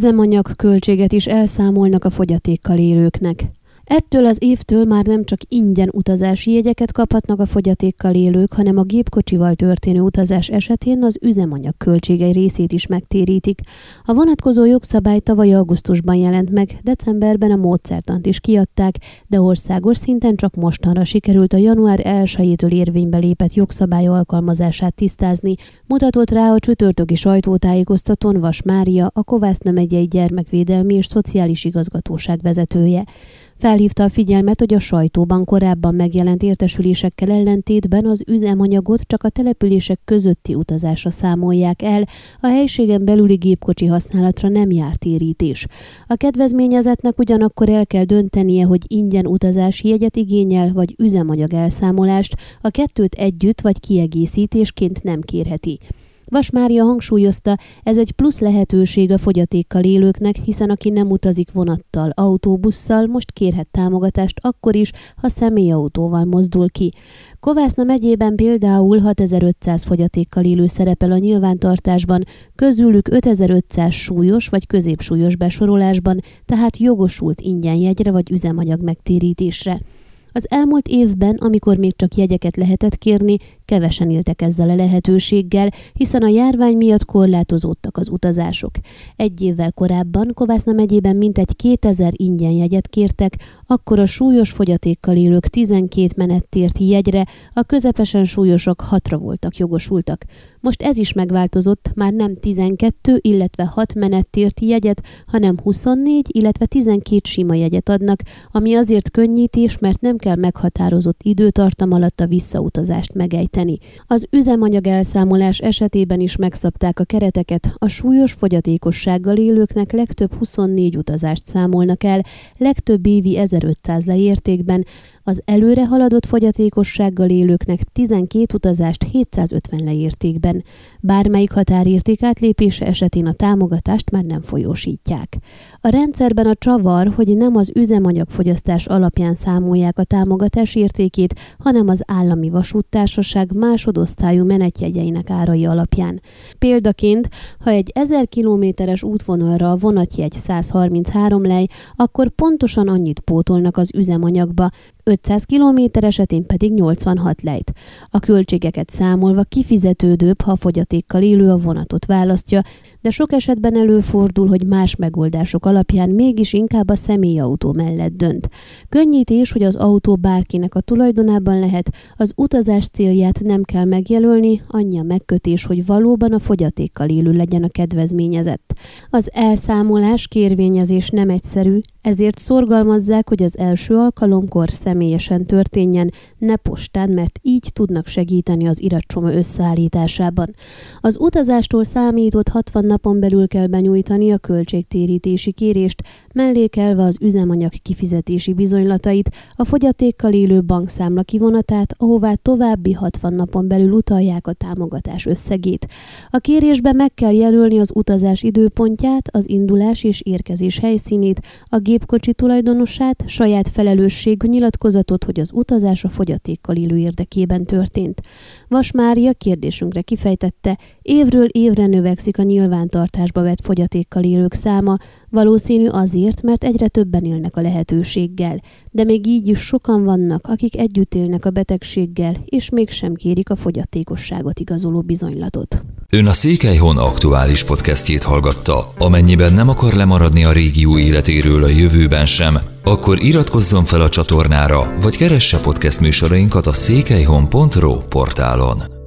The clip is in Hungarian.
üzemanyag költséget is elszámolnak a fogyatékkal élőknek. Ettől az évtől már nem csak ingyen utazási jegyeket kaphatnak a fogyatékkal élők, hanem a gépkocsival történő utazás esetén az üzemanyag költségei részét is megtérítik. A vonatkozó jogszabály tavaly augusztusban jelent meg, decemberben a módszertant is kiadták, de országos szinten csak mostanra sikerült a január 1-től érvénybe lépett jogszabály alkalmazását tisztázni, mutatott rá a csütörtöki sajtótájékoztatón Vas Mária, a Kovászna megyei Gyermekvédelmi és Szociális Igazgatóság vezetője. Felhívta a figyelmet, hogy a sajtóban korábban megjelent értesülésekkel ellentétben az üzemanyagot csak a települések közötti utazásra számolják el, a helységen belüli gépkocsi használatra nem jár térítés. A kedvezményezettnek ugyanakkor el kell döntenie, hogy ingyen utazási jegyet igényel, vagy üzemanyag elszámolást, a kettőt együtt vagy kiegészítésként nem kérheti. Vas Mária hangsúlyozta, ez egy plusz lehetőség a fogyatékkal élőknek, hiszen aki nem utazik vonattal, autóbusszal, most kérhet támogatást akkor is, ha személyautóval mozdul ki. Kovászna megyében például 6500 fogyatékkal élő szerepel a nyilvántartásban, közülük 5500 súlyos vagy középsúlyos besorolásban, tehát jogosult ingyen jegyre vagy üzemanyag megtérítésre. Az elmúlt évben, amikor még csak jegyeket lehetett kérni, kevesen éltek ezzel a lehetőséggel, hiszen a járvány miatt korlátozódtak az utazások. Egy évvel korábban Kovászna megyében mintegy 2000 ingyen jegyet kértek, akkor a súlyos fogyatékkal élők 12 menettérti jegyre, a közepesen súlyosok 6-ra voltak jogosultak. Most ez is megváltozott, már nem 12, illetve 6 menettérti jegyet, hanem 24, illetve 12 sima jegyet adnak, ami azért könnyítés, mert nem kell meghatározott időtartam alatt a visszautazást megejteni. Az üzemanyag elszámolás esetében is megszabták a kereteket, a súlyos fogyatékossággal élőknek legtöbb 24 utazást számolnak el, legtöbb évi 1500 leértékben, az előre haladott fogyatékossággal élőknek 12 utazást 750 leértékben. Bármelyik határérték átlépése esetén a támogatást már nem folyósítják. A rendszerben a csavar, hogy nem az üzemanyagfogyasztás alapján számolják a támogatás értékét, hanem az állami vasúttársaság másodosztályú menetjegyeinek árai alapján. Példaként, ha egy 1000 kilométeres útvonalra a vonatjegy 133 lej, akkor pontosan annyit pótolnak az üzemanyagba, 500 km esetén pedig 86 lejt. A költségeket számolva kifizetődőbb, ha fogyatékkal élő a vonatot választja, de sok esetben előfordul, hogy más megoldások alapján mégis inkább a személyautó mellett dönt. Könnyítés, hogy az autó bárkinek a tulajdonában lehet, az utazás célját nem kell megjelölni, annyi a megkötés, hogy valóban a fogyatékkal élő legyen a kedvezményezett. Az elszámolás, kérvényezés nem egyszerű, ezért szorgalmazzák, hogy az első alkalomkor személyesen történjen, ne postán, mert így tudnak segíteni az iratcsoma összeállításában. Az utazástól számított 60 napon belül kell benyújtani a költségtérítési kérést, mellékelve az üzemanyag kifizetési bizonylatait, a fogyatékkal élő bankszámla kivonatát, ahová további 60 napon belül utalják a támogatás összegét. A kérésben meg kell jelölni az utazás időpontját, az indulás és érkezés helyszínét, a gépkocsi tulajdonosát, saját felelősségű nyilatkozatot, hogy az utazás a fogyatékkal élő érdekében történt. Vas Mária kérdésünkre kifejtette, évről évre növekszik a nyilvántartásba vett fogyatékkal élők száma, valószínű azért, mert egyre többen élnek a lehetőséggel, de még így is sokan vannak, akik együtt élnek a betegséggel, és mégsem kérik a fogyatékosságot igazoló bizonylatot. Ön a Székelyhon aktuális podcastjét hallgatta. Amennyiben nem akar lemaradni a régió életéről a jövőben sem, akkor iratkozzon fel a csatornára, vagy keresse podcast műsorainkat a székelyhon.ro portálon.